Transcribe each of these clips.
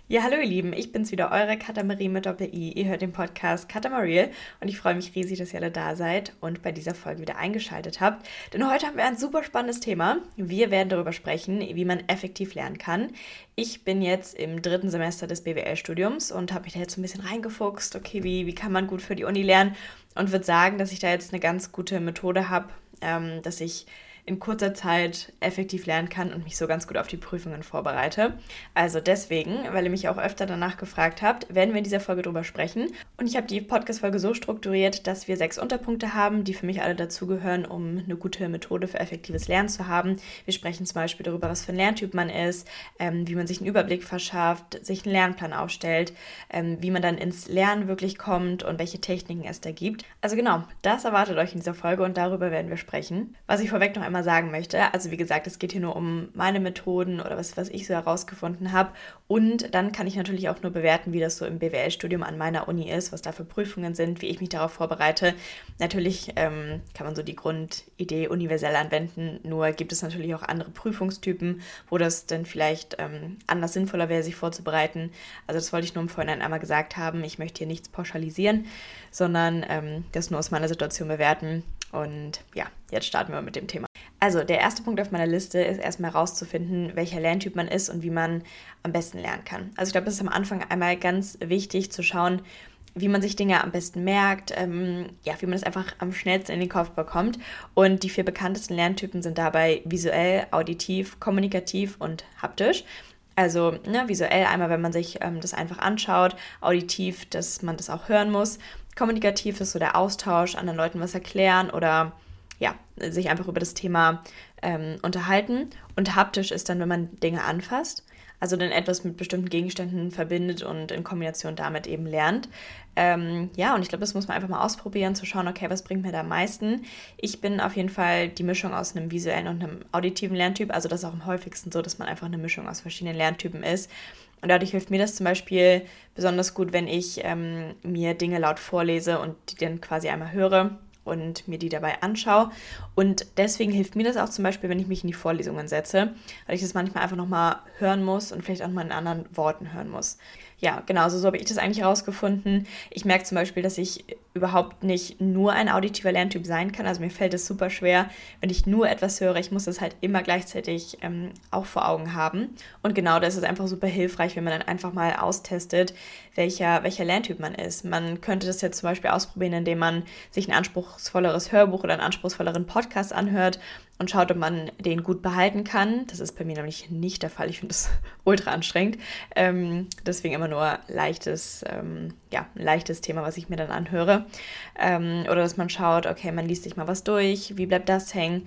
Ja, hallo ihr Lieben, ich bin's wieder, eure Katamarie mit Doppel-I. Ihr hört den Podcast Katamariel und ich freue mich riesig, dass ihr alle da seid und bei dieser Folge wieder eingeschaltet habt. Denn heute haben wir ein super spannendes Thema. Wir werden darüber sprechen, wie man effektiv lernen kann. Ich bin jetzt im 3. Semester des BWL-Studiums und habe mich da jetzt so ein bisschen reingefuchst. Okay, wie kann man gut für die Uni lernen? Und würde sagen, dass ich da jetzt eine ganz gute Methode habe, dass ich in kurzer Zeit effektiv lernen kann und mich so ganz gut auf die Prüfungen vorbereite. Also deswegen, weil ihr mich auch öfter danach gefragt habt, werden wir in dieser Folge drüber sprechen. Und ich habe die Podcast-Folge so strukturiert, dass wir 6 Unterpunkte haben, die für mich alle dazugehören, um eine gute Methode für effektives Lernen zu haben. Wir sprechen zum Beispiel darüber, was für ein Lerntyp man ist, wie man sich einen Überblick verschafft, sich einen Lernplan aufstellt, wie man dann ins Lernen wirklich kommt und welche Techniken es da gibt. Also genau, das erwartet euch in dieser Folge und darüber werden wir sprechen. Was ich vorweg noch einmal sagen möchte, also wie gesagt, es geht hier nur um meine Methoden oder was ich so herausgefunden habe und dann kann ich natürlich auch nur bewerten, wie das so im BWL-Studium an meiner Uni ist, was da für Prüfungen sind, wie ich mich darauf vorbereite. Natürlich kann man so die Grundidee universell anwenden, nur gibt es natürlich auch andere Prüfungstypen, wo das dann vielleicht anders sinnvoller wäre, sich vorzubereiten. Also das wollte ich nur im Vorhinein einmal gesagt haben. Ich möchte hier nichts pauschalisieren, sondern das nur aus meiner Situation bewerten. Und ja, jetzt starten wir mit dem Thema. Also der erste Punkt auf meiner Liste ist erstmal herauszufinden, welcher Lerntyp man ist und wie man am besten lernen kann. Also ich glaube, es ist am Anfang einmal ganz wichtig zu schauen, wie man sich Dinge am besten merkt, wie man es einfach am schnellsten in den Kopf bekommt. Und die 4 bekanntesten Lerntypen sind dabei visuell, auditiv, kommunikativ und haptisch. Also visuell einmal, wenn man sich das einfach anschaut, auditiv, dass man das auch hören muss. Kommunikativ ist so der Austausch, anderen Leuten was erklären oder ja, sich einfach über das Thema unterhalten. Und haptisch ist dann, wenn man Dinge anfasst, also dann etwas mit bestimmten Gegenständen verbindet und in Kombination damit eben lernt. Und ich glaube, das muss man einfach mal ausprobieren, zu schauen, okay, was bringt mir da am meisten. Ich bin auf jeden Fall die Mischung aus einem visuellen und einem auditiven Lerntyp. Also das ist auch am häufigsten so, dass man einfach eine Mischung aus verschiedenen Lerntypen ist. Und dadurch hilft mir das zum Beispiel besonders gut, wenn ich mir Dinge laut vorlese und die dann quasi einmal höre und mir die dabei anschaue. Und deswegen hilft mir das auch zum Beispiel, wenn ich mich in die Vorlesungen setze, weil ich das manchmal einfach nochmal hören muss und vielleicht auch mal in anderen Worten hören muss. Ja, genau, also so habe ich das eigentlich herausgefunden. Ich merke zum Beispiel, dass ich überhaupt nicht nur ein auditiver Lerntyp sein kann. Also mir fällt es super schwer, wenn ich nur etwas höre. Ich muss das halt immer gleichzeitig auch vor Augen haben. Und genau, da ist es einfach super hilfreich, wenn man dann einfach mal austestet, welcher Lerntyp man ist. Man könnte das jetzt zum Beispiel ausprobieren, indem man sich ein anspruchsvolleres Hörbuch oder einen anspruchsvolleren Podcast anhört und schaut, ob man den gut behalten kann. Das ist bei mir nämlich nicht der Fall. Ich finde das ultra anstrengend. Deswegen immer nur ein leichtes Thema, was ich mir dann anhöre. Oder dass man schaut, okay, man liest sich mal was durch, wie bleibt das hängen?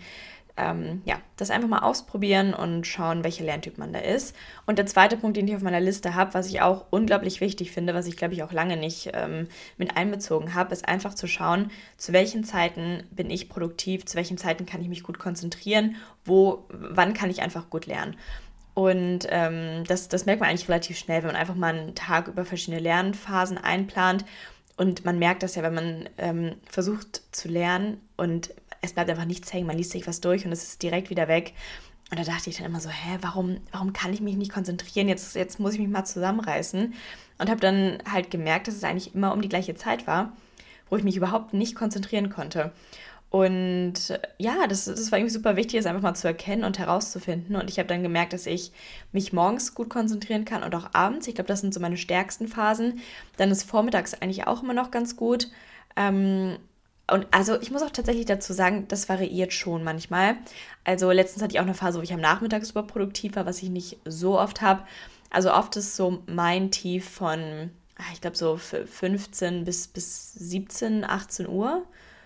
Das einfach mal ausprobieren und schauen, welcher Lerntyp man da ist. Und der zweite Punkt, den ich auf meiner Liste habe, was ich auch unglaublich wichtig finde, was ich glaube ich auch lange nicht mit einbezogen habe, ist einfach zu schauen, zu welchen Zeiten bin ich produktiv, zu welchen Zeiten kann ich mich gut konzentrieren, wann kann ich einfach gut lernen. Und das merkt man eigentlich relativ schnell, wenn man einfach mal einen Tag über verschiedene Lernphasen einplant. Und man merkt das ja, wenn man versucht zu lernen und es bleibt einfach nichts hängen, man liest sich was durch und es ist direkt wieder weg. Und da dachte ich dann immer so, warum kann ich mich nicht konzentrieren? Jetzt muss ich mich mal zusammenreißen. Und habe dann halt gemerkt, dass es eigentlich immer um die gleiche Zeit war, wo ich mich überhaupt nicht konzentrieren konnte. Und ja, das war irgendwie super wichtig, das einfach mal zu erkennen und herauszufinden. Und ich habe dann gemerkt, dass ich mich morgens gut konzentrieren kann und auch abends. Ich glaube, das sind so meine stärksten Phasen. Dann ist vormittags eigentlich auch immer noch ganz gut. Und also ich muss auch tatsächlich dazu sagen, das variiert schon manchmal. Also letztens hatte ich auch eine Phase, wo ich am Nachmittag super produktiv war, was ich nicht so oft habe. Also oft ist so mein Tief von, ich glaube so 15 bis 17, 18 Uhr.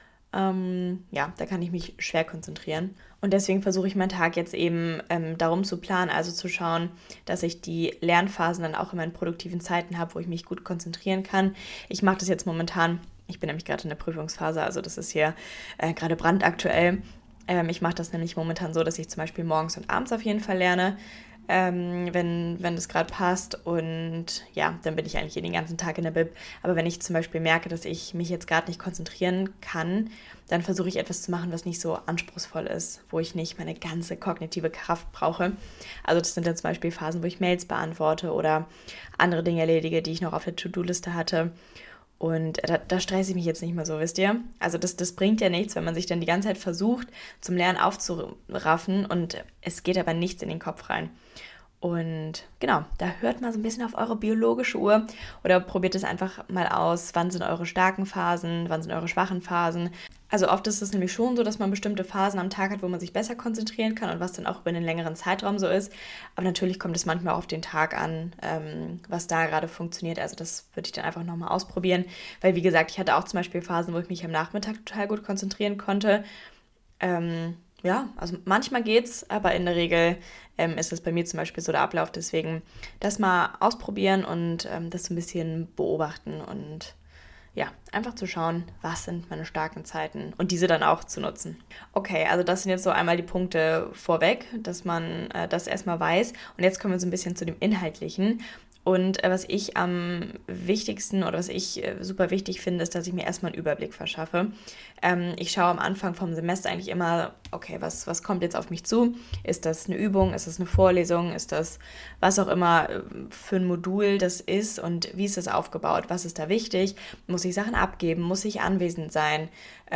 Da kann ich mich schwer konzentrieren. Und deswegen versuche ich meinen Tag jetzt eben darum zu planen, also zu schauen, dass ich die Lernphasen dann auch in meinen produktiven Zeiten habe, wo ich mich gut konzentrieren kann. Ich mache das jetzt momentan. Ich bin nämlich gerade in der Prüfungsphase, also das ist hier gerade brandaktuell. Ich mache das nämlich momentan so, dass ich zum Beispiel morgens und abends auf jeden Fall lerne. wenn es gerade passt. Und ja, dann bin ich eigentlich den ganzen Tag in der Bib. Aber wenn ich zum Beispiel merke, dass ich mich jetzt gerade nicht konzentrieren kann, dann versuche ich etwas zu machen, was nicht so anspruchsvoll ist, wo ich nicht meine ganze kognitive Kraft brauche. Also das sind dann zum Beispiel Phasen, wo ich Mails beantworte oder andere Dinge erledige, die ich noch auf der To-Do-Liste hatte. Und da stresse ich mich jetzt nicht mehr so, wisst ihr? Also das bringt ja nichts, wenn man sich dann die ganze Zeit versucht, zum Lernen aufzuraffen und es geht aber nichts in den Kopf rein. Und genau, da hört mal so ein bisschen auf eure biologische Uhr oder probiert es einfach mal aus, wann sind eure starken Phasen, wann sind eure schwachen Phasen. Also oft ist es nämlich schon so, dass man bestimmte Phasen am Tag hat, wo man sich besser konzentrieren kann und was dann auch über einen längeren Zeitraum so ist. Aber natürlich kommt es manchmal auch auf den Tag an, was da gerade funktioniert. Also das würde ich dann einfach nochmal ausprobieren, weil wie gesagt, ich hatte auch zum Beispiel Phasen, wo ich mich am Nachmittag total gut konzentrieren konnte. Ja, also manchmal geht's, aber in der Regel ist es bei mir zum Beispiel so der Ablauf. Deswegen das mal ausprobieren und das so ein bisschen beobachten und ja, einfach zu schauen, was sind meine starken Zeiten und diese dann auch zu nutzen. Okay, also das sind jetzt so einmal die Punkte vorweg, dass man das erstmal weiß. Und jetzt kommen wir so ein bisschen zu dem Inhaltlichen. Und was ich am wichtigsten oder was ich super wichtig finde, ist, dass ich mir erstmal einen Überblick verschaffe. Ich schaue am Anfang vom Semester eigentlich immer, okay, was kommt jetzt auf mich zu? Ist das eine Übung? Ist das eine Vorlesung? Ist das was auch immer für ein Modul das ist? Und wie ist das aufgebaut? Was ist da wichtig? Muss ich Sachen abgeben? Muss ich anwesend sein?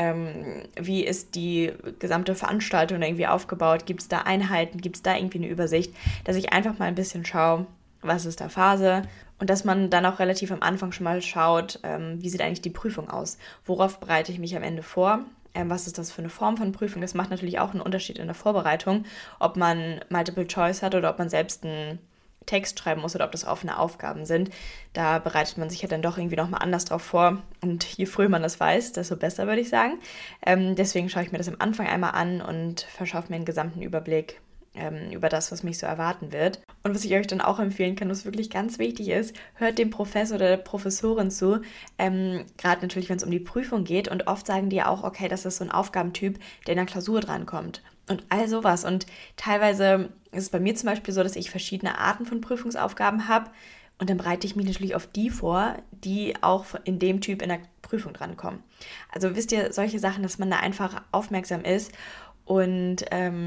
Wie ist die gesamte Veranstaltung irgendwie aufgebaut? Gibt es da Einheiten? Gibt es da irgendwie eine Übersicht? Dass ich einfach mal ein bisschen schaue, was ist da Phase und dass man dann auch relativ am Anfang schon mal schaut, wie sieht eigentlich die Prüfung aus, worauf bereite ich mich am Ende vor, was ist das für eine Form von Prüfung, das macht natürlich auch einen Unterschied in der Vorbereitung, ob man Multiple Choice hat oder ob man selbst einen Text schreiben muss oder ob das offene Aufgaben sind, da bereitet man sich ja dann doch irgendwie nochmal anders drauf vor und je früher man das weiß, desto besser, würde ich sagen. Deswegen schaue ich mir das am Anfang einmal an und verschaffe mir einen gesamten Überblick über das, was mich so erwarten wird. Und was ich euch dann auch empfehlen kann, was wirklich ganz wichtig ist, hört dem Professor oder der Professorin zu, gerade natürlich, wenn es um die Prüfung geht. Und oft sagen die ja auch, okay, das ist so ein Aufgabentyp, der in der Klausur drankommt. Und all sowas. Und teilweise ist es bei mir zum Beispiel so, dass ich verschiedene Arten von Prüfungsaufgaben habe. Und dann bereite ich mich natürlich auf die vor, die auch in dem Typ in der Prüfung drankommen. Also wisst ihr, solche Sachen, dass man da einfach aufmerksam ist und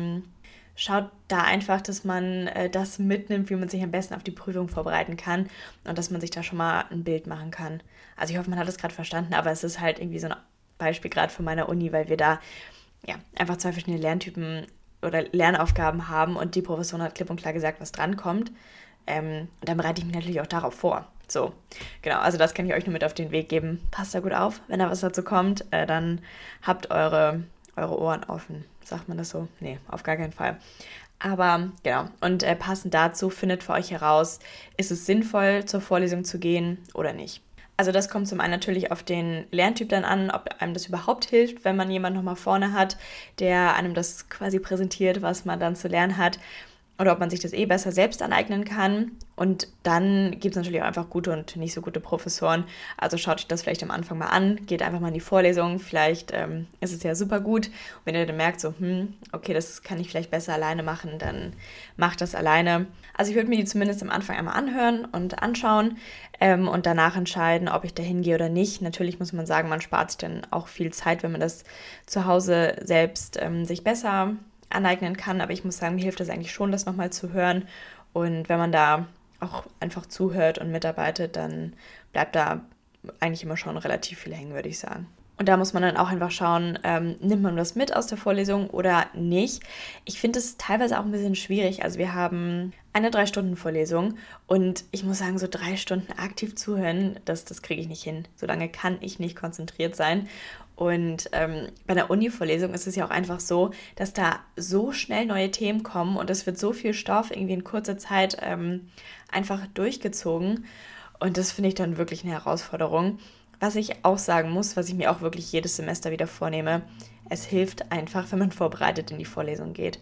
schaut da einfach, dass man das mitnimmt, wie man sich am besten auf die Prüfung vorbereiten kann und dass man sich da schon mal ein Bild machen kann. Also ich hoffe, man hat das gerade verstanden, aber es ist halt irgendwie so ein Beispiel gerade von meiner Uni, weil wir da ja einfach zwei verschiedene Lerntypen oder Lernaufgaben haben und die Professorin hat klipp und klar gesagt, was drankommt. Und dann bereite ich mich natürlich auch darauf vor. So, genau, also das kann ich euch nur mit auf den Weg geben. Passt da gut auf, wenn da was dazu kommt, dann habt eure Ohren offen. Sagt man das so? Nee, auf gar keinen Fall. Aber genau, und passend dazu findet für euch heraus, ist es sinnvoll, zur Vorlesung zu gehen oder nicht. Also das kommt zum einen natürlich auf den Lerntyp dann an, ob einem das überhaupt hilft, wenn man jemanden nochmal vorne hat, der einem das quasi präsentiert, was man dann zu lernen hat. Oder ob man sich das besser selbst aneignen kann. Und dann gibt es natürlich auch einfach gute und nicht so gute Professoren. Also schaut euch das vielleicht am Anfang mal an, geht einfach mal in die Vorlesung. Vielleicht ist es ja super gut. Und wenn ihr dann merkt, so, okay, das kann ich vielleicht besser alleine machen, dann macht das alleine. Also ich würde mir die zumindest am Anfang einmal anhören und anschauen und danach entscheiden, ob ich da hingehe oder nicht. Natürlich muss man sagen, man spart sich dann auch viel Zeit, wenn man das zu Hause selbst sich besser aneignen kann, aber ich muss sagen, mir hilft das eigentlich schon, das nochmal zu hören und wenn man da auch einfach zuhört und mitarbeitet, dann bleibt da eigentlich immer schon relativ viel hängen, würde ich sagen. Und da muss man dann auch einfach schauen, nimmt man das mit aus der Vorlesung oder nicht. Ich finde es teilweise auch ein bisschen schwierig. Also wir haben eine 3-Stunden-Vorlesung und ich muss sagen, so 3 Stunden aktiv zuhören, das kriege ich nicht hin. So lange kann ich nicht konzentriert sein. Und bei der Uni-Vorlesung ist es ja auch einfach so, dass da so schnell neue Themen kommen und es wird so viel Stoff irgendwie in kurzer Zeit einfach durchgezogen. Und das finde ich dann wirklich eine Herausforderung. Was ich auch sagen muss, was ich mir auch wirklich jedes Semester wieder vornehme, es hilft einfach, wenn man vorbereitet in die Vorlesung geht.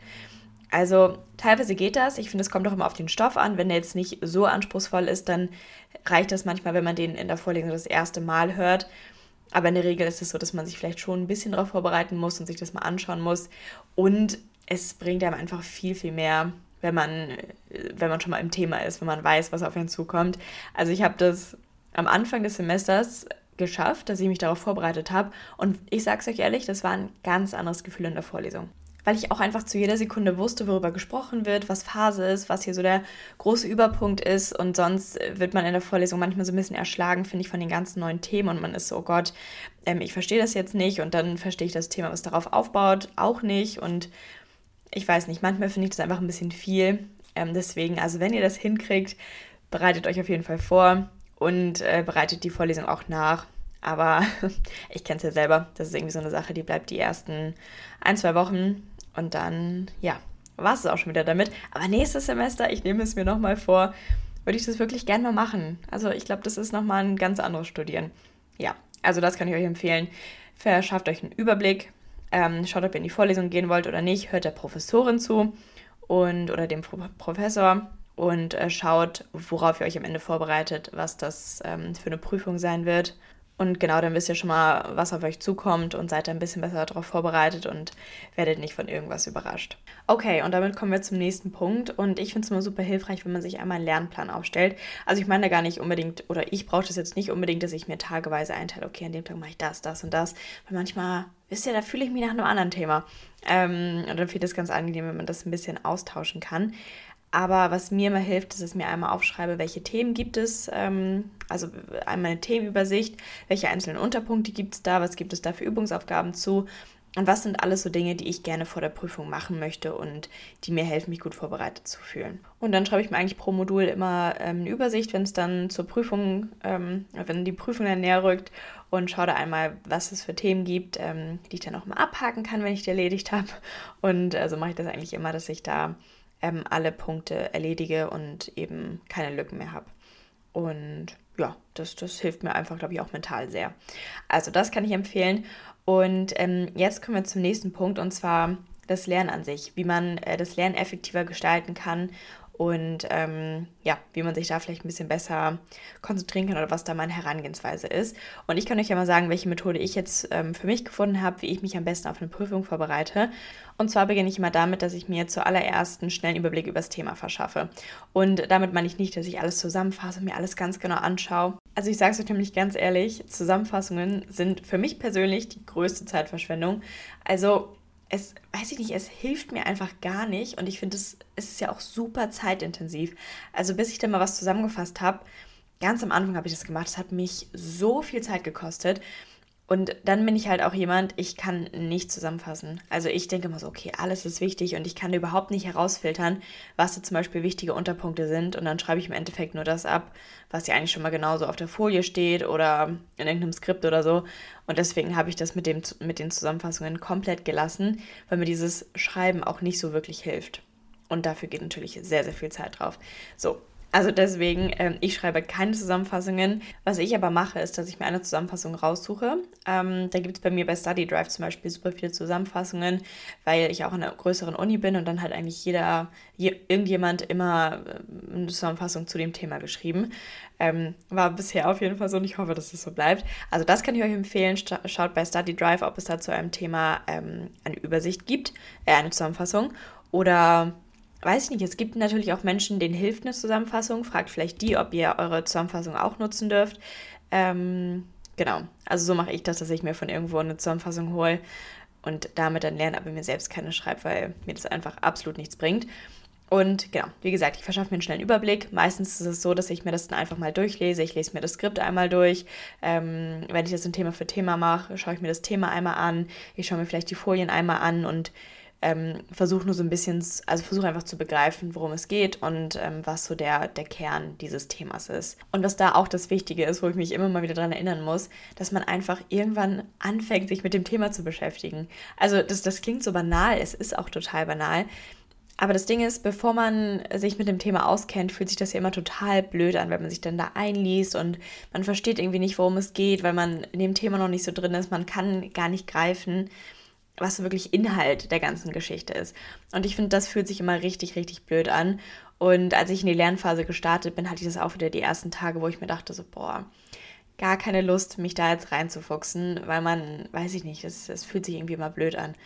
Also teilweise geht das. Ich finde, es kommt auch immer auf den Stoff an. Wenn der jetzt nicht so anspruchsvoll ist, dann reicht das manchmal, wenn man den in der Vorlesung das erste Mal hört. Aber in der Regel ist es so, dass man sich vielleicht schon ein bisschen darauf vorbereiten muss und sich das mal anschauen muss. Und es bringt einem einfach viel, viel mehr, wenn man schon mal im Thema ist, wenn man weiß, was auf einen zukommt. Also ich habe das am Anfang des Semesters geschafft, dass ich mich darauf vorbereitet habe. Und ich sag's euch ehrlich, das war ein ganz anderes Gefühl in der Vorlesung. Weil ich auch einfach zu jeder Sekunde wusste, worüber gesprochen wird, was Phase ist, was hier so der große Überpunkt ist. Und sonst wird man in der Vorlesung manchmal so ein bisschen erschlagen, finde ich, von den ganzen neuen Themen. Und man ist so, oh Gott, ich verstehe das jetzt nicht. Und dann verstehe ich das Thema, was darauf aufbaut, auch nicht. Und ich weiß nicht, manchmal finde ich das einfach ein bisschen viel. Deswegen, also wenn ihr das hinkriegt, bereitet euch auf jeden Fall vor und bereitet die Vorlesung auch nach. Aber ich kenne es ja selber, das ist irgendwie so eine Sache, die bleibt die ersten 1-2 Wochen und dann, ja, war es auch schon wieder damit. Aber nächstes Semester, ich nehme es mir nochmal vor, würde ich das wirklich gerne mal machen. Also ich glaube, das ist nochmal ein ganz anderes Studieren. Ja, also das kann ich euch empfehlen. Verschafft euch einen Überblick, schaut, ob ihr in die Vorlesung gehen wollt oder nicht, hört der Professorin zu oder dem Professor und schaut, worauf ihr euch am Ende vorbereitet, was das für eine Prüfung sein wird. Und genau, dann wisst ihr schon mal, was auf euch zukommt und seid ein bisschen besser darauf vorbereitet und werdet nicht von irgendwas überrascht. Okay, und damit kommen wir zum nächsten Punkt. Und ich finde es immer super hilfreich, wenn man sich einmal einen Lernplan aufstellt. Also ich meine da gar nicht unbedingt, oder ich brauche das jetzt nicht unbedingt, dass ich mir tageweise einteile, okay, an dem Tag mache ich das, das und das. Weil manchmal, wisst ihr, da fühle ich mich nach einem anderen Thema. Und dann finde ich es ganz angenehm, wenn man das ein bisschen austauschen kann. Aber was mir immer hilft, ist, dass ich mir einmal aufschreibe, welche Themen gibt es, also einmal eine Themenübersicht, welche einzelnen Unterpunkte gibt es da, was gibt es da für Übungsaufgaben zu und was sind alles so Dinge, die ich gerne vor der Prüfung machen möchte und die mir helfen, mich gut vorbereitet zu fühlen. Und dann schreibe ich mir eigentlich pro Modul immer eine Übersicht, wenn es dann zur Prüfung, wenn die Prüfung dann näher rückt und schaue da einmal, was es für Themen gibt, die ich dann auch mal abhaken kann, wenn ich die erledigt habe. Und so mache ich das eigentlich immer, dass ich da alle Punkte erledige und eben keine Lücken mehr habe. Und ja, das hilft mir einfach, glaube ich, auch mental sehr. Also das kann ich empfehlen. Und jetzt kommen wir zum nächsten Punkt, und zwar das Lernen an sich, wie man das Lernen effektiver gestalten kann und wie man sich da vielleicht ein bisschen besser konzentrieren kann oder was da meine Herangehensweise ist. Und ich kann euch ja mal sagen, welche Methode ich jetzt für mich gefunden habe, wie ich mich am besten auf eine Prüfung vorbereite. Und zwar beginne ich immer damit, dass ich mir zuallererst einen schnellen Überblick über das Thema verschaffe. Und damit meine ich nicht, dass ich alles zusammenfasse und mir alles ganz genau anschaue. Also ich sage es euch nämlich ganz ehrlich, Zusammenfassungen sind für mich persönlich die größte Zeitverschwendung. Also es hilft mir einfach gar nicht und ich finde, es ist ja auch super zeitintensiv. Also bis ich dann mal was zusammengefasst habe, ganz am Anfang habe ich das gemacht, es hat mich so viel Zeit gekostet. Und dann bin ich halt auch jemand, ich kann nicht zusammenfassen. Also ich denke immer so, okay, alles ist wichtig und ich kann überhaupt nicht herausfiltern, was da zum Beispiel wichtige Unterpunkte sind. Und dann schreibe ich im Endeffekt nur das ab, was ja eigentlich schon mal genauso auf der Folie steht oder in irgendeinem Skript oder so. Und deswegen habe ich das mit den Zusammenfassungen komplett gelassen, weil mir dieses Schreiben auch nicht so wirklich hilft. Und dafür geht natürlich sehr, sehr viel Zeit drauf. So. Also deswegen, ich schreibe keine Zusammenfassungen. Was ich aber mache, ist, dass ich mir eine Zusammenfassung raussuche. Da gibt es bei mir bei StudyDrive zum Beispiel super viele Zusammenfassungen, weil ich auch in einer größeren Uni bin und dann hat eigentlich irgendjemand immer eine Zusammenfassung zu dem Thema geschrieben. War bisher auf jeden Fall so und ich hoffe, dass es so bleibt. Also das kann ich euch empfehlen. Schaut bei StudyDrive, ob es da zu einem Thema eine Übersicht gibt, eine Zusammenfassung oder... Weiß ich nicht, es gibt natürlich auch Menschen, denen hilft eine Zusammenfassung. Fragt vielleicht die, ob ihr eure Zusammenfassung auch nutzen dürft. Genau, also so mache ich das, dass ich mir von irgendwo eine Zusammenfassung hole und damit dann lerne, aber mir selbst keine schreibe, weil mir das einfach absolut nichts bringt. Und genau, wie gesagt, ich verschaffe mir einen schnellen Überblick. Meistens ist es so, dass ich mir das dann einfach mal durchlese. Ich lese mir das Skript einmal durch. Wenn ich das ein Thema für Thema mache, schaue ich mir das Thema einmal an. Ich schaue mir vielleicht die Folien einmal an und versuche nur so ein bisschen, also versuche einfach zu begreifen, worum es geht und was so der Kern dieses Themas ist. Und was da auch das Wichtige ist, wo ich mich immer mal wieder dran erinnern muss, dass man einfach irgendwann anfängt, sich mit dem Thema zu beschäftigen. Also das klingt so banal, es ist auch total banal, aber das Ding ist, bevor man sich mit dem Thema auskennt, fühlt sich das ja immer total blöd an, wenn man sich dann da einliest und man versteht irgendwie nicht, worum es geht, weil man in dem Thema noch nicht so drin ist, man kann gar nicht greifen, was so wirklich Inhalt der ganzen Geschichte ist. Und ich finde, das fühlt sich immer richtig, richtig blöd an. Und als ich in die Lernphase gestartet bin, hatte ich das auch wieder die ersten Tage, wo ich mir dachte so, boah, gar keine Lust, mich da jetzt reinzufuchsen, weil man, weiß ich nicht, es fühlt sich irgendwie immer blöd an.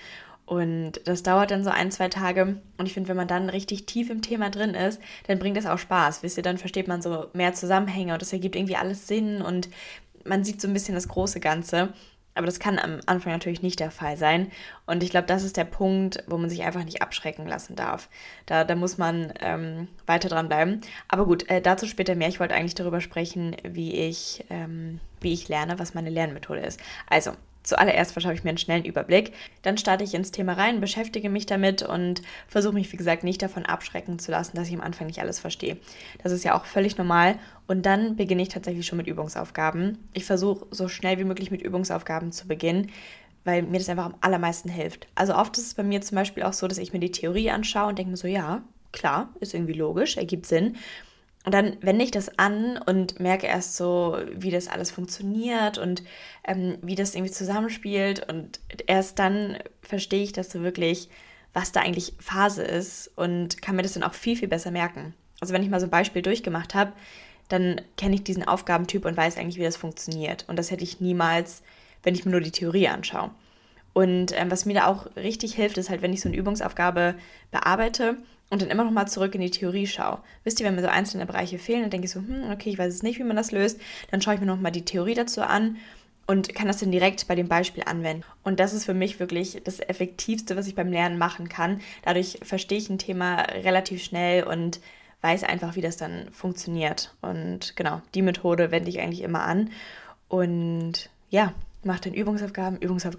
Und das dauert dann so 1, 2 Tage. Und ich finde, wenn man dann richtig tief im Thema drin ist, dann bringt das auch Spaß. Wisst ihr, dann versteht man so mehr Zusammenhänge und das ergibt irgendwie alles Sinn und man sieht so ein bisschen das große Ganze. Aber das kann am Anfang natürlich nicht der Fall sein. Und ich glaube, das ist der Punkt, wo man sich einfach nicht abschrecken lassen darf. Da muss man weiter dran bleiben. Aber gut, dazu später mehr. Ich wollte eigentlich darüber sprechen, wie ich lerne, was meine Lernmethode ist. Also, zuallererst verschaffe ich mir einen schnellen Überblick. Dann starte ich ins Thema rein, beschäftige mich damit und versuche mich, wie gesagt, nicht davon abschrecken zu lassen, dass ich am Anfang nicht alles verstehe. Das ist ja auch völlig normal. Und dann beginne ich tatsächlich schon mit Übungsaufgaben. Ich versuche so schnell wie möglich mit Übungsaufgaben zu beginnen, weil mir das einfach am allermeisten hilft. Also oft ist es bei mir zum Beispiel auch so, dass ich mir die Theorie anschaue und denke mir so, ja, klar, ist irgendwie logisch, ergibt Sinn. Und dann wende ich das an und merke erst so, wie das alles funktioniert und wie das irgendwie zusammenspielt. Und erst dann verstehe ich das so wirklich, was da eigentlich Phase ist und kann mir das dann auch viel, viel besser merken. Also wenn ich mal so ein Beispiel durchgemacht habe, dann kenne ich diesen Aufgabentyp und weiß eigentlich, wie das funktioniert. Und das hätte ich niemals, wenn ich mir nur die Theorie anschaue. Und was mir da auch richtig hilft, ist halt, wenn ich so eine Übungsaufgabe bearbeite und dann immer noch mal zurück in die Theorie schaue. Wisst ihr, wenn mir so einzelne Bereiche fehlen, dann denke ich so, okay, ich weiß jetzt nicht, wie man das löst. Dann schaue ich mir noch mal die Theorie dazu an und kann das dann direkt bei dem Beispiel anwenden. Und das ist für mich wirklich das Effektivste, was ich beim Lernen machen kann. Dadurch verstehe ich ein Thema relativ schnell und weiß einfach, wie das dann funktioniert. Und genau, die Methode wende ich eigentlich immer an. Und ja, macht dann Übungsaufgaben.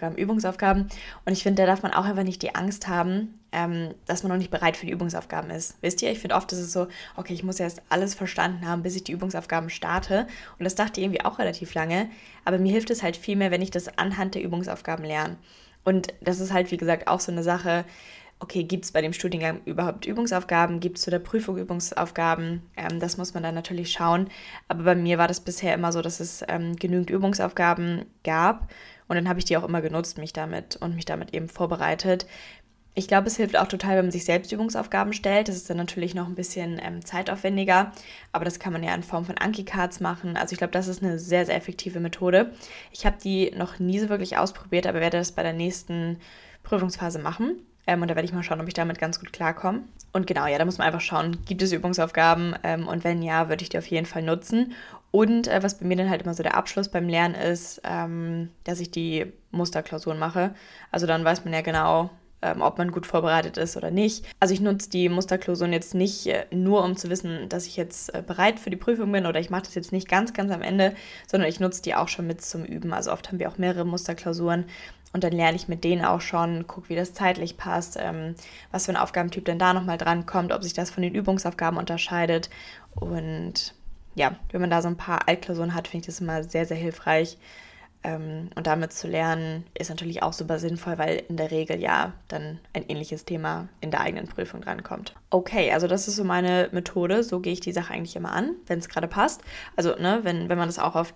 Und ich finde, da darf man auch einfach nicht die Angst haben, dass man noch nicht bereit für die Übungsaufgaben ist. Wisst ihr, ich finde oft ist es so, okay, ich muss erst alles verstanden haben, bis ich die Übungsaufgaben starte. Und das dachte ich irgendwie auch relativ lange. Aber mir hilft es halt viel mehr, wenn ich das anhand der Übungsaufgaben lerne. Und das ist halt, wie gesagt, auch so eine Sache, okay, gibt es bei dem Studiengang überhaupt Übungsaufgaben? Gibt es zu der Prüfung Übungsaufgaben? Das muss man dann natürlich schauen. Aber bei mir war das bisher immer so, dass es genügend Übungsaufgaben gab. Und dann habe ich die auch immer genutzt, mich damit eben vorbereitet. Ich glaube, es hilft auch total, wenn man sich selbst Übungsaufgaben stellt. Das ist dann natürlich noch ein bisschen zeitaufwendiger. Aber das kann man ja in Form von Anki-Cards machen. Also ich glaube, das ist eine sehr, sehr effektive Methode. Ich habe die noch nie so wirklich ausprobiert, aber werde das bei der nächsten Prüfungsphase machen. Und da werde ich mal schauen, ob ich damit ganz gut klarkomme. Und genau, ja, da muss man einfach schauen, gibt es Übungsaufgaben? Und wenn ja, würde ich die auf jeden Fall nutzen. Und was bei mir dann halt immer so der Abschluss beim Lernen ist, dass ich die Musterklausuren mache. Also dann weiß man ja genau, ob man gut vorbereitet ist oder nicht. Also ich nutze die Musterklausuren jetzt nicht nur, um zu wissen, dass ich jetzt bereit für die Prüfung bin oder ich mache das jetzt nicht ganz, ganz am Ende, sondern ich nutze die auch schon mit zum Üben. Also oft haben wir auch mehrere Musterklausuren und dann lerne ich mit denen auch schon, gucke, wie das zeitlich passt, was für ein Aufgabentyp denn da nochmal dran kommt, ob sich das von den Übungsaufgaben unterscheidet. Und ja, wenn man da so ein paar Altklausuren hat, finde ich das immer sehr, sehr hilfreich. Und damit zu lernen ist natürlich auch super sinnvoll, weil in der Regel ja dann ein ähnliches Thema in der eigenen Prüfung drankommt. Okay, also das ist so meine Methode. So gehe ich die Sache eigentlich immer an, wenn es gerade passt. Also ne, wenn man das auch auf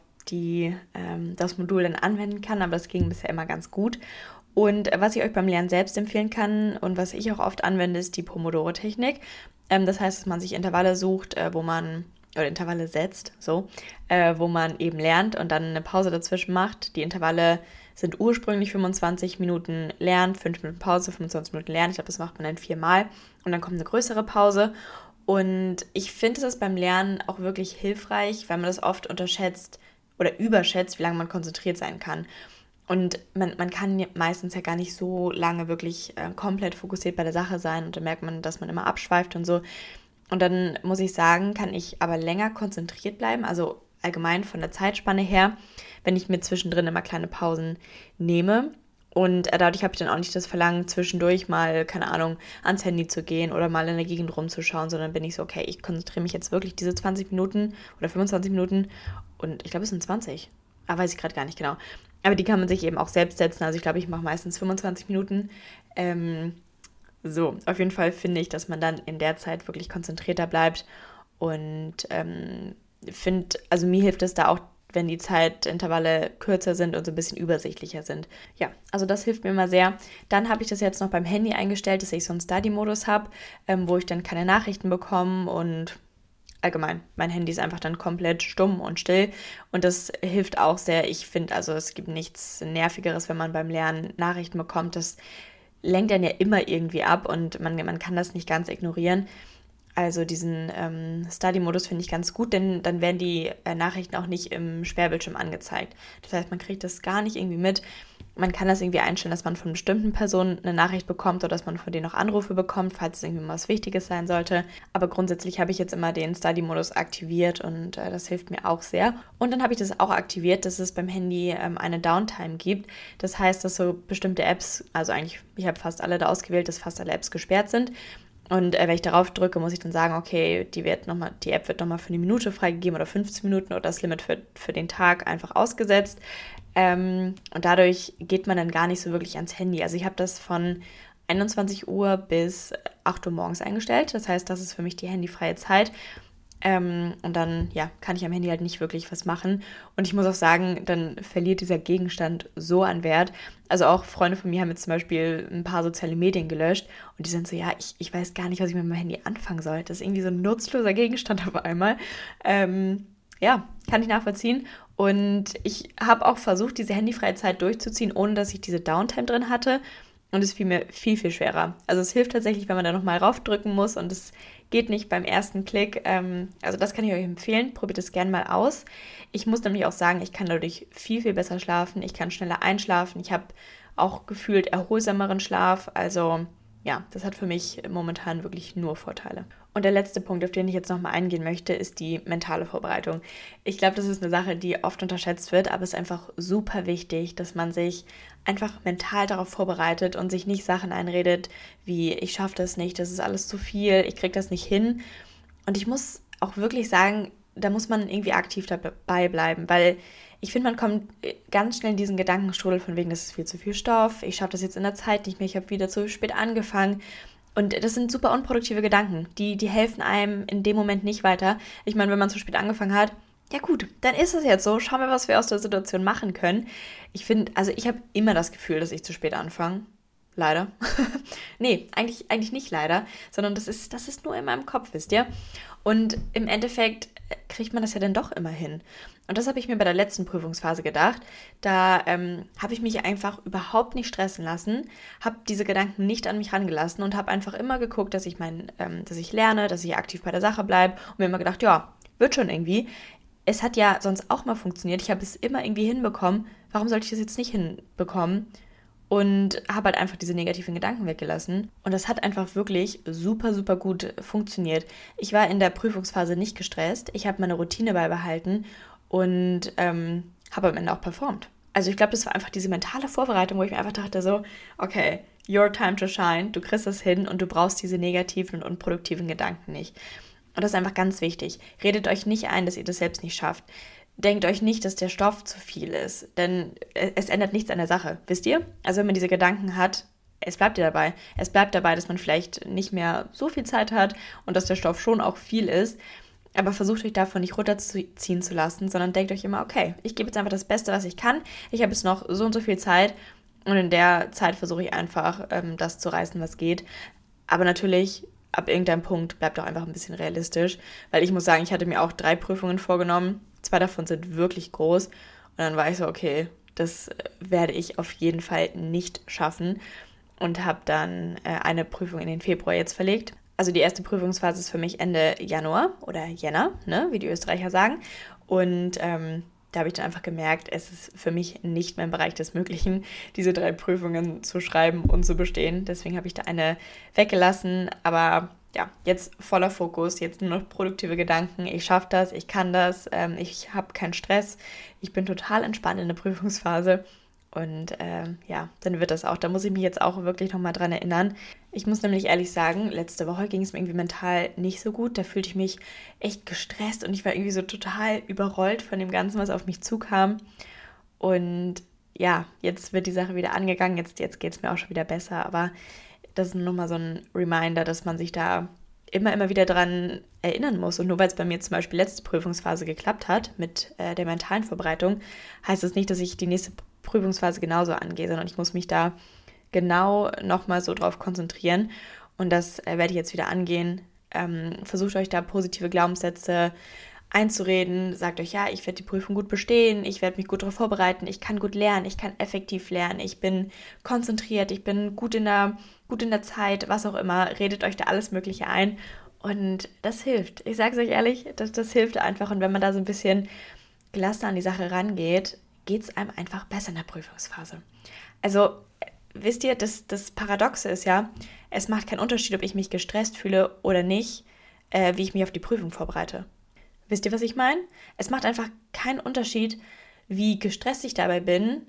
das Modul dann anwenden kann, aber das ging bisher immer ganz gut. Und was ich euch beim Lernen selbst empfehlen kann und was ich auch oft anwende, ist die Pomodoro-Technik. Das heißt, dass man sich Intervalle sucht, oder Intervalle setzt, wo man eben lernt und dann eine Pause dazwischen macht. Die Intervalle sind ursprünglich 25 Minuten Lernen, 5 Minuten Pause, 25 Minuten Lernen. Ich glaube, das macht man dann 4-mal und dann kommt eine größere Pause. Und ich finde es beim Lernen auch wirklich hilfreich, weil man das oft unterschätzt oder überschätzt, wie lange man konzentriert sein kann. Und man kann meistens ja gar nicht so lange wirklich komplett fokussiert bei der Sache sein und dann merkt man, dass man immer abschweift und so. Und dann muss ich sagen, kann ich aber länger konzentriert bleiben, also allgemein von der Zeitspanne her, wenn ich mir zwischendrin immer kleine Pausen nehme. Und dadurch habe ich dann auch nicht das Verlangen, zwischendurch mal, keine Ahnung, ans Handy zu gehen oder mal in der Gegend rumzuschauen, sondern bin ich so, okay, ich konzentriere mich jetzt wirklich diese 20 Minuten oder 25 Minuten und ich glaube, es sind 20. Weiß ich gerade gar nicht genau. Aber die kann man sich eben auch selbst setzen. Also ich glaube, ich mache meistens 25 Minuten. So, auf jeden Fall finde ich, dass man dann in der Zeit wirklich konzentrierter bleibt und also mir hilft es da auch, wenn die Zeitintervalle kürzer sind und so ein bisschen übersichtlicher sind. Ja, also das hilft mir immer sehr. Dann habe ich das jetzt noch beim Handy eingestellt, dass ich so einen Study-Modus habe, wo ich dann keine Nachrichten bekomme und allgemein, mein Handy ist einfach dann komplett stumm und still und das hilft auch sehr. Ich finde, also es gibt nichts Nervigeres, wenn man beim Lernen Nachrichten bekommt. Das lenkt dann ja immer irgendwie ab und man kann das nicht ganz ignorieren. Also diesen Study-Modus finde ich ganz gut, denn dann werden die Nachrichten auch nicht im Sperrbildschirm angezeigt. Das heißt, man kriegt das gar nicht irgendwie mit. Man kann das irgendwie einstellen, dass man von bestimmten Personen eine Nachricht bekommt oder dass man von denen noch Anrufe bekommt, falls es irgendwie mal was Wichtiges sein sollte. Aber grundsätzlich habe ich jetzt immer den Study-Modus aktiviert und das hilft mir auch sehr. Und dann habe ich das auch aktiviert, dass es beim Handy eine Downtime gibt. Das heißt, dass so bestimmte Apps, also eigentlich, ich habe fast alle da ausgewählt, dass fast alle Apps gesperrt sind. Und wenn ich darauf drücke, muss ich dann sagen, okay, die App wird nochmal für eine Minute freigegeben oder 15 Minuten oder das Limit für den Tag einfach ausgesetzt. Und dadurch geht man dann gar nicht so wirklich ans Handy. Also ich habe das von 21 Uhr bis 8 Uhr morgens eingestellt. Das heißt, das ist für mich die handyfreie Zeit. Und dann, ja, kann ich am Handy halt nicht wirklich was machen. Und ich muss auch sagen, dann verliert dieser Gegenstand so an Wert. Also auch Freunde von mir haben jetzt zum Beispiel ein paar soziale Medien gelöscht und die sind so, ja, ich weiß gar nicht, was ich mit meinem Handy anfangen soll. Das ist irgendwie so ein nutzloser Gegenstand auf einmal. Ja, kann ich nachvollziehen. Und ich habe auch versucht, diese handyfreie Zeit durchzuziehen, ohne dass ich diese Downtime drin hatte. Und es fiel mir viel, viel schwerer. Also es hilft tatsächlich, wenn man da nochmal raufdrücken muss und es geht nicht beim ersten Klick. Also das kann ich euch empfehlen. Probiert es gerne mal aus. Ich muss nämlich auch sagen, ich kann dadurch viel, viel besser schlafen. Ich kann schneller einschlafen. Ich habe auch gefühlt erholsameren Schlaf. Also ja, das hat für mich momentan wirklich nur Vorteile. Und der letzte Punkt, auf den ich jetzt nochmal eingehen möchte, ist die mentale Vorbereitung. Ich glaube, das ist eine Sache, die oft unterschätzt wird, aber es ist einfach super wichtig, dass man sich einfach mental darauf vorbereitet und sich nicht Sachen einredet, wie ich schaffe das nicht, das ist alles zu viel, ich kriege das nicht hin. Und ich muss auch wirklich sagen, da muss man irgendwie aktiv dabei bleiben, weil ich finde, man kommt ganz schnell in diesen Gedankenstrudel von wegen, das ist viel zu viel Stoff, ich schaffe das jetzt in der Zeit nicht mehr, ich habe wieder zu spät angefangen. Und das sind super unproduktive Gedanken, die helfen einem in dem Moment nicht weiter. Ich meine, wenn man zu spät angefangen hat, ja gut, dann ist es jetzt so, schauen wir, was wir aus der Situation machen können. Ich finde, also ich habe immer das Gefühl, dass ich zu spät anfange. Leider. Nee, eigentlich nicht leider, sondern das ist nur in meinem Kopf, wisst ihr? Und im Endeffekt kriegt man das ja dann doch immer hin. Und das habe ich mir bei der letzten Prüfungsphase gedacht. Da habe ich mich einfach überhaupt nicht stressen lassen, habe diese Gedanken nicht an mich rangelassen und habe einfach immer geguckt, dass ich lerne, dass ich aktiv bei der Sache bleibe und mir immer gedacht, ja, wird schon irgendwie. Es hat ja sonst auch mal funktioniert. Ich habe es immer irgendwie hinbekommen. Warum sollte ich das jetzt nicht hinbekommen? Und habe halt einfach diese negativen Gedanken weggelassen. Und das hat einfach wirklich super, super gut funktioniert. Ich war in der Prüfungsphase nicht gestresst. Ich habe meine Routine beibehalten und habe am Ende auch performt. Also ich glaube, das war einfach diese mentale Vorbereitung, wo ich mir einfach dachte so, okay, your time to shine, du kriegst das hin und du brauchst diese negativen und unproduktiven Gedanken nicht. Und das ist einfach ganz wichtig. Redet euch nicht ein, dass ihr das selbst nicht schafft. Denkt euch nicht, dass der Stoff zu viel ist, denn es ändert nichts an der Sache, wisst ihr? Also wenn man diese Gedanken hat, es bleibt ihr dabei. Es bleibt dabei, dass man vielleicht nicht mehr so viel Zeit hat und dass der Stoff schon auch viel ist. Aber versucht euch davon nicht runterziehen zu lassen, sondern denkt euch immer, okay, ich gebe jetzt einfach das Beste, was ich kann. Ich habe jetzt noch so und so viel Zeit und in der Zeit versuche ich einfach, das zu reißen, was geht. Aber natürlich, ab irgendeinem Punkt bleibt auch einfach ein bisschen realistisch, weil ich muss sagen, ich hatte mir auch 3 Prüfungen vorgenommen. 2 davon sind wirklich groß. Und dann war ich so, okay, das werde ich auf jeden Fall nicht schaffen. Und habe dann eine Prüfung in den Februar jetzt verlegt. Also die erste Prüfungsphase ist für mich Ende Januar oder Jänner, ne, wie die Österreicher sagen. Und da habe ich dann einfach gemerkt, es ist für mich nicht mehr im Bereich des Möglichen, diese 3 Prüfungen zu schreiben und zu bestehen. Deswegen habe ich da eine weggelassen. Aber ja, jetzt voller Fokus, jetzt nur noch produktive Gedanken. Ich schaffe das, ich kann das, ich habe keinen Stress. Ich bin total entspannt in der Prüfungsphase. Und ja, dann wird das auch. Da muss ich mich jetzt auch wirklich nochmal dran erinnern. Ich muss nämlich ehrlich sagen, letzte Woche ging es mir irgendwie mental nicht so gut. Da fühlte ich mich echt gestresst und ich war irgendwie so total überrollt von dem Ganzen, was auf mich zukam. Und ja, jetzt wird die Sache wieder angegangen. Jetzt geht es mir auch schon wieder besser. Aber das ist nochmal so ein Reminder, dass man sich da immer wieder dran erinnern muss. Und nur weil es bei mir zum Beispiel letzte Prüfungsphase geklappt hat mit der mentalen Vorbereitung, heißt das nicht, dass ich die nächste Prüfungsphase genauso angehe, sondern ich muss mich da genau nochmal so drauf konzentrieren und das werde ich jetzt wieder angehen. Versucht euch da positive Glaubenssätze einzureden, sagt euch, ja, ich werde die Prüfung gut bestehen, ich werde mich gut darauf vorbereiten, ich kann gut lernen, ich kann effektiv lernen, ich bin konzentriert, ich bin gut in der Zeit, was auch immer, redet euch da alles Mögliche ein und das hilft. Ich sage es euch ehrlich, das hilft einfach und wenn man da so ein bisschen gelassener an die Sache rangeht, geht es einem einfach besser in der Prüfungsphase. Also, wisst ihr, das Paradoxe ist ja, es macht keinen Unterschied, ob ich mich gestresst fühle oder nicht, wie ich mich auf die Prüfung vorbereite. Wisst ihr, was ich meine? Es macht einfach keinen Unterschied, wie gestresst ich dabei bin.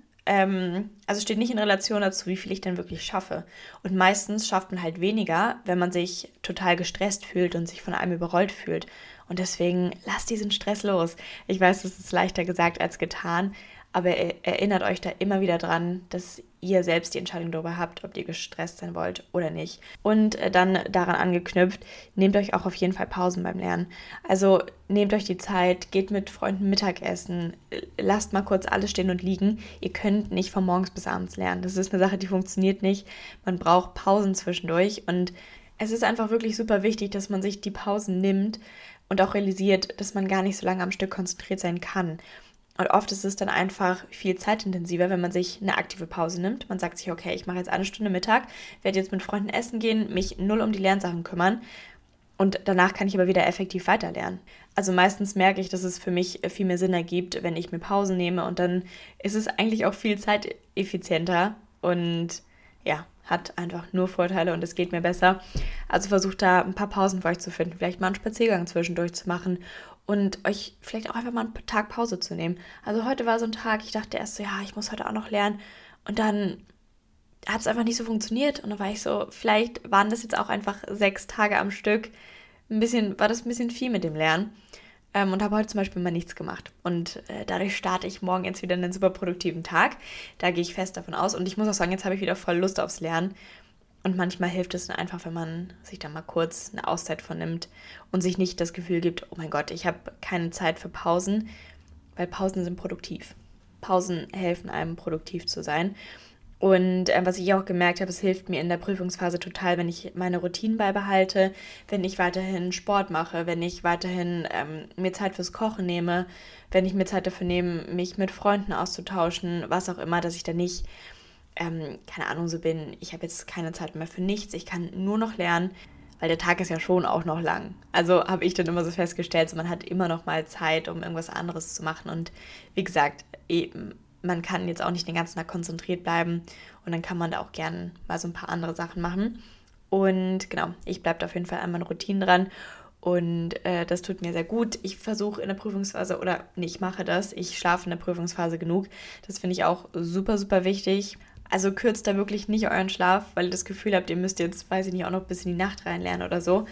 Also steht nicht in Relation dazu, wie viel ich denn wirklich schaffe. Und meistens schafft man halt weniger, wenn man sich total gestresst fühlt und sich von einem überrollt fühlt. Und deswegen lasst diesen Stress los. Ich weiß, das ist leichter gesagt als getan, aber erinnert euch da immer wieder dran, dass ihr selbst die Entscheidung darüber habt, ob ihr gestresst sein wollt oder nicht. Und dann daran angeknüpft, nehmt euch auch auf jeden Fall Pausen beim Lernen. Also nehmt euch die Zeit, geht mit Freunden Mittagessen, lasst mal kurz alles stehen und liegen. Ihr könnt nicht von morgens bis abends lernen. Das ist eine Sache, die funktioniert nicht. Man braucht Pausen zwischendurch und es ist einfach wirklich super wichtig, dass man sich die Pausen nimmt und auch realisiert, dass man gar nicht so lange am Stück konzentriert sein kann. Und oft ist es dann einfach viel zeitintensiver, wenn man sich eine aktive Pause nimmt. Man sagt sich, okay, ich mache jetzt 1 Stunde Mittag, werde jetzt mit Freunden essen gehen, mich null um die Lernsachen kümmern und danach kann ich aber wieder effektiv weiterlernen. Also meistens merke ich, dass es für mich viel mehr Sinn ergibt, wenn ich mir Pausen nehme und dann ist es eigentlich auch viel zeiteffizienter und ja, hat einfach nur Vorteile und es geht mir besser. Also versucht da ein paar Pausen für euch zu finden, vielleicht mal einen Spaziergang zwischendurch zu machen und euch vielleicht auch einfach mal einen Tag Pause zu nehmen. Also heute war so ein Tag, ich dachte erst so, ja, ich muss heute auch noch lernen und dann hat es einfach nicht so funktioniert und dann war ich so, vielleicht waren das jetzt auch einfach 6 Tage am Stück, war das ein bisschen viel mit dem Lernen und habe heute zum Beispiel mal nichts gemacht. Und dadurch starte ich morgen jetzt wieder einen super produktiven Tag. Da gehe ich fest davon aus. Und ich muss auch sagen, jetzt habe ich wieder voll Lust aufs Lernen. Und manchmal hilft es dann einfach, wenn man sich da mal kurz eine Auszeit von nimmt und sich nicht das Gefühl gibt, oh mein Gott, ich habe keine Zeit für Pausen, weil Pausen sind produktiv. Pausen helfen einem, produktiv zu sein. Und was ich auch gemerkt habe, es hilft mir in der Prüfungsphase total, wenn ich meine Routinen beibehalte, wenn ich weiterhin Sport mache, wenn ich weiterhin mir Zeit fürs Kochen nehme, wenn ich mir Zeit dafür nehme, mich mit Freunden auszutauschen, was auch immer, dass ich da nicht, keine Ahnung, so bin, ich habe jetzt keine Zeit mehr für nichts, ich kann nur noch lernen, weil der Tag ist ja schon auch noch lang. Also habe ich dann immer so festgestellt, so man hat immer noch mal Zeit, um irgendwas anderes zu machen. Und wie gesagt, eben, man kann jetzt auch nicht den ganzen Tag konzentriert bleiben und dann kann man da auch gerne mal so ein paar andere Sachen machen. Und genau, ich bleibe da auf jeden Fall an meinen Routinen dran und das tut mir sehr gut. Ich versuche in der Prüfungsphase, oder nee, ich mache das, ich schlafe in der Prüfungsphase genug. Das finde ich auch super, super wichtig. Also kürzt da wirklich nicht euren Schlaf, weil ihr das Gefühl habt, ihr müsst jetzt, weiß ich nicht, auch noch bis in die Nacht reinlernen oder so.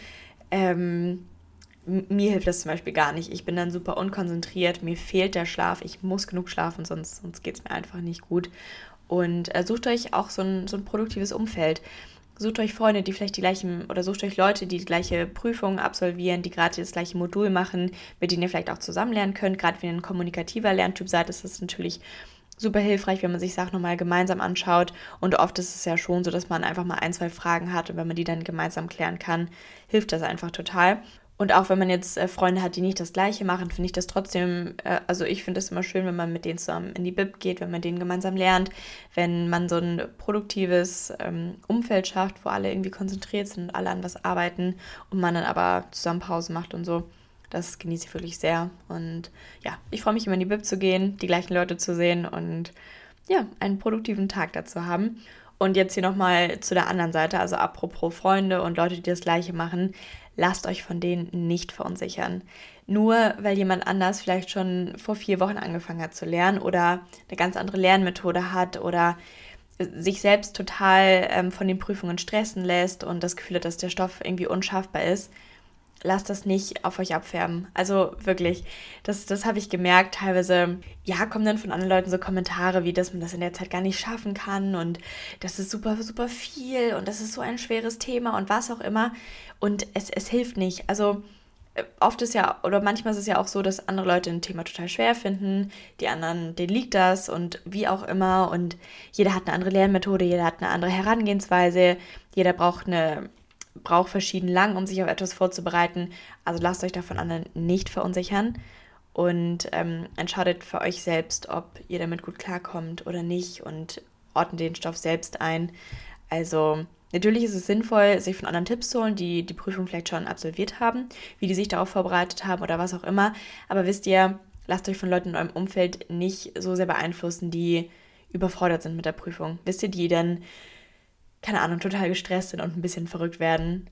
Mir hilft das zum Beispiel gar nicht. Ich bin dann super unkonzentriert, mir fehlt der Schlaf, ich muss genug schlafen, sonst geht es mir einfach nicht gut. Und sucht euch auch so ein produktives Umfeld. Sucht euch Freunde, die vielleicht die gleichen, oder sucht euch Leute, die gleiche Prüfungen absolvieren, die gerade das gleiche Modul machen, mit denen ihr vielleicht auch zusammen lernen könnt. Gerade wenn ihr ein kommunikativer Lerntyp seid, ist das natürlich super hilfreich, wenn man sich Sachen nochmal gemeinsam anschaut. Und oft ist es ja schon so, dass man einfach mal 1, 2 Fragen hat und wenn man die dann gemeinsam klären kann, hilft das einfach total. Und auch wenn man jetzt Freunde hat, die nicht das Gleiche machen, finde ich das trotzdem, also ich finde es immer schön, wenn man mit denen zusammen in die Bib geht, wenn man denen gemeinsam lernt, wenn man so ein produktives Umfeld schafft, wo alle irgendwie konzentriert sind und alle an was arbeiten und man dann aber zusammen Pause macht und so. Das genieße ich wirklich sehr. Und ja, ich freue mich immer in die Bib zu gehen, die gleichen Leute zu sehen und ja, einen produktiven Tag dazu haben. Und jetzt hier nochmal zu der anderen Seite, also apropos Freunde und Leute, die das Gleiche machen, lasst euch von denen nicht verunsichern. Nur weil jemand anders vielleicht schon vor 4 Wochen angefangen hat zu lernen oder eine ganz andere Lernmethode hat oder sich selbst total von den Prüfungen stressen lässt und das Gefühl hat, dass der Stoff irgendwie unschaffbar ist, lasst das nicht auf euch abfärben. Also wirklich, das habe ich gemerkt. Teilweise, ja, kommen dann von anderen Leuten so Kommentare, wie dass man das in der Zeit gar nicht schaffen kann und das ist super, super viel und das ist so ein schweres Thema und was auch immer. Und es hilft nicht. Also oft ist ja, oder manchmal ist es ja auch so, dass andere Leute ein Thema total schwer finden, die anderen, denen liegt das und wie auch immer. Und jeder hat eine andere Lernmethode, jeder hat eine andere Herangehensweise, jeder braucht eine braucht verschieden lang, um sich auf etwas vorzubereiten. Also lasst euch davon anderen nicht verunsichern und entscheidet für euch selbst, ob ihr damit gut klarkommt oder nicht und ordnet den Stoff selbst ein. Also natürlich ist es sinnvoll, sich von anderen Tipps zu holen, die die Prüfung vielleicht schon absolviert haben, wie die sich darauf vorbereitet haben oder was auch immer. Aber wisst ihr, lasst euch von Leuten in eurem Umfeld nicht so sehr beeinflussen, die überfordert sind mit der Prüfung. Wisst ihr, die dann, keine Ahnung, total gestresst sind und ein bisschen verrückt werden.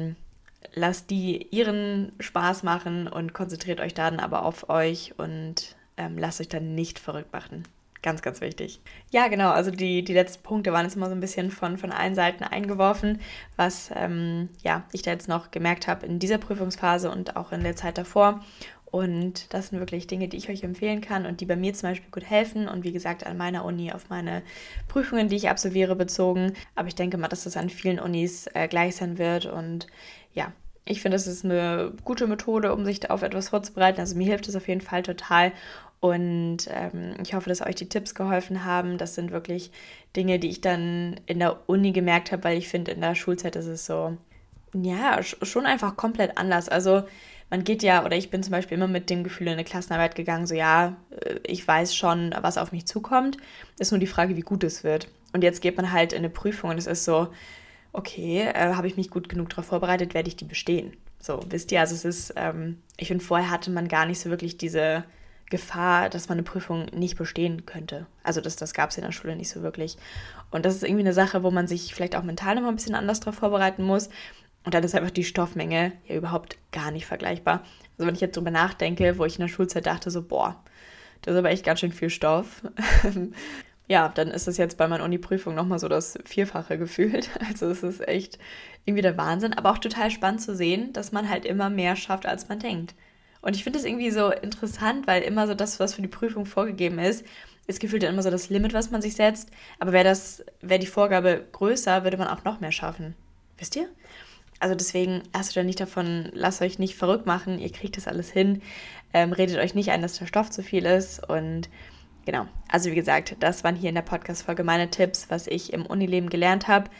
Lasst die ihren Spaß machen und konzentriert euch dann aber auf euch und lasst euch dann nicht verrückt machen. Ganz, ganz wichtig. Ja, genau, also die letzten Punkte waren jetzt immer so ein bisschen von allen Seiten eingeworfen, was ich da jetzt noch gemerkt habe in dieser Prüfungsphase und auch in der Zeit davor. Und das sind wirklich Dinge, die ich euch empfehlen kann und die bei mir zum Beispiel gut helfen. Und wie gesagt, an meiner Uni auf meine Prüfungen, die ich absolviere, bezogen. Aber ich denke mal, dass das an vielen Unis gleich sein wird. Und ja, ich finde, das ist eine gute Methode, um sich auf etwas vorzubereiten. Also mir hilft es auf jeden Fall total. Und ich hoffe, dass euch die Tipps geholfen haben. Das sind wirklich Dinge, die ich dann in der Uni gemerkt habe, weil ich finde, in der Schulzeit ist es so, ja, schon einfach komplett anders. Also man geht ja, oder ich bin zum Beispiel immer mit dem Gefühl in eine Klassenarbeit gegangen, so ja, ich weiß schon, was auf mich zukommt. Ist nur die Frage, wie gut es wird. Und jetzt geht man halt in eine Prüfung und es ist so, okay, habe ich mich gut genug darauf vorbereitet, werde ich die bestehen. So, wisst ihr, also es ist, ich finde, vorher hatte man gar nicht so wirklich diese Gefahr, dass man eine Prüfung nicht bestehen könnte. Also das gab es in der Schule nicht so wirklich. Und das ist irgendwie eine Sache, wo man sich vielleicht auch mental nochmal ein bisschen anders darauf vorbereiten muss. Und dann ist einfach die Stoffmenge ja überhaupt gar nicht vergleichbar. Also wenn ich jetzt drüber nachdenke, wo ich in der Schulzeit dachte so, boah, das ist aber echt ganz schön viel Stoff. Ja, dann ist das jetzt bei meiner Uni-Prüfung nochmal so das Vierfache gefühlt. Also es ist echt irgendwie der Wahnsinn, aber auch total spannend zu sehen, dass man halt immer mehr schafft, als man denkt. Und ich finde es irgendwie so interessant, weil immer so das, was für die Prüfung vorgegeben ist gefühlt dann immer so das Limit, was man sich setzt. Aber wäre die Vorgabe größer, würde man auch noch mehr schaffen. Wisst ihr? Also deswegen lasst euch da nicht davon, lasst euch nicht verrückt machen, ihr kriegt das alles hin, redet euch nicht ein, dass der Stoff zu viel ist und genau, also wie gesagt, das waren hier in der Podcast-Folge meine Tipps, was ich im Unileben gelernt habe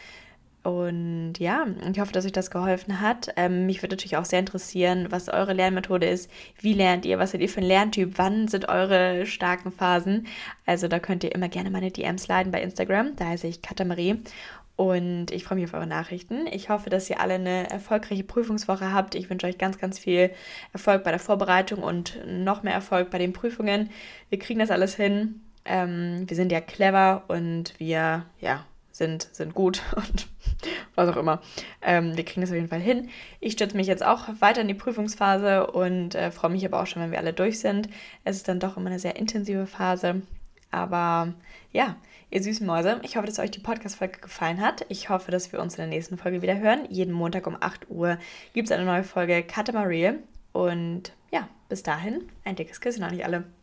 und ja, ich hoffe, dass euch das geholfen hat. Mich würde natürlich auch sehr interessieren, was eure Lernmethode ist, wie lernt ihr, was seid ihr für ein Lerntyp, wann sind eure starken Phasen, also da könnt ihr immer gerne meine DMs leiten bei Instagram, da heiße ich Katamarie. Und ich freue mich auf eure Nachrichten. Ich hoffe, dass ihr alle eine erfolgreiche Prüfungswoche habt. Ich wünsche euch ganz, ganz viel Erfolg bei der Vorbereitung und noch mehr Erfolg bei den Prüfungen. Wir kriegen das alles hin. Wir sind ja clever und wir sind gut und was auch immer. Wir kriegen das auf jeden Fall hin. Ich stürze mich jetzt auch weiter in die Prüfungsphase und freue mich aber auch schon, wenn wir alle durch sind. Es ist dann doch immer eine sehr intensive Phase. Aber ja, ihr süßen Mäuse, ich hoffe, dass euch die Podcast-Folge gefallen hat. Ich hoffe, dass wir uns in der nächsten Folge wieder hören. Jeden Montag um 8 Uhr gibt es eine neue Folge Katamarie. Und ja, bis dahin, ein dickes Küsschen an euch alle.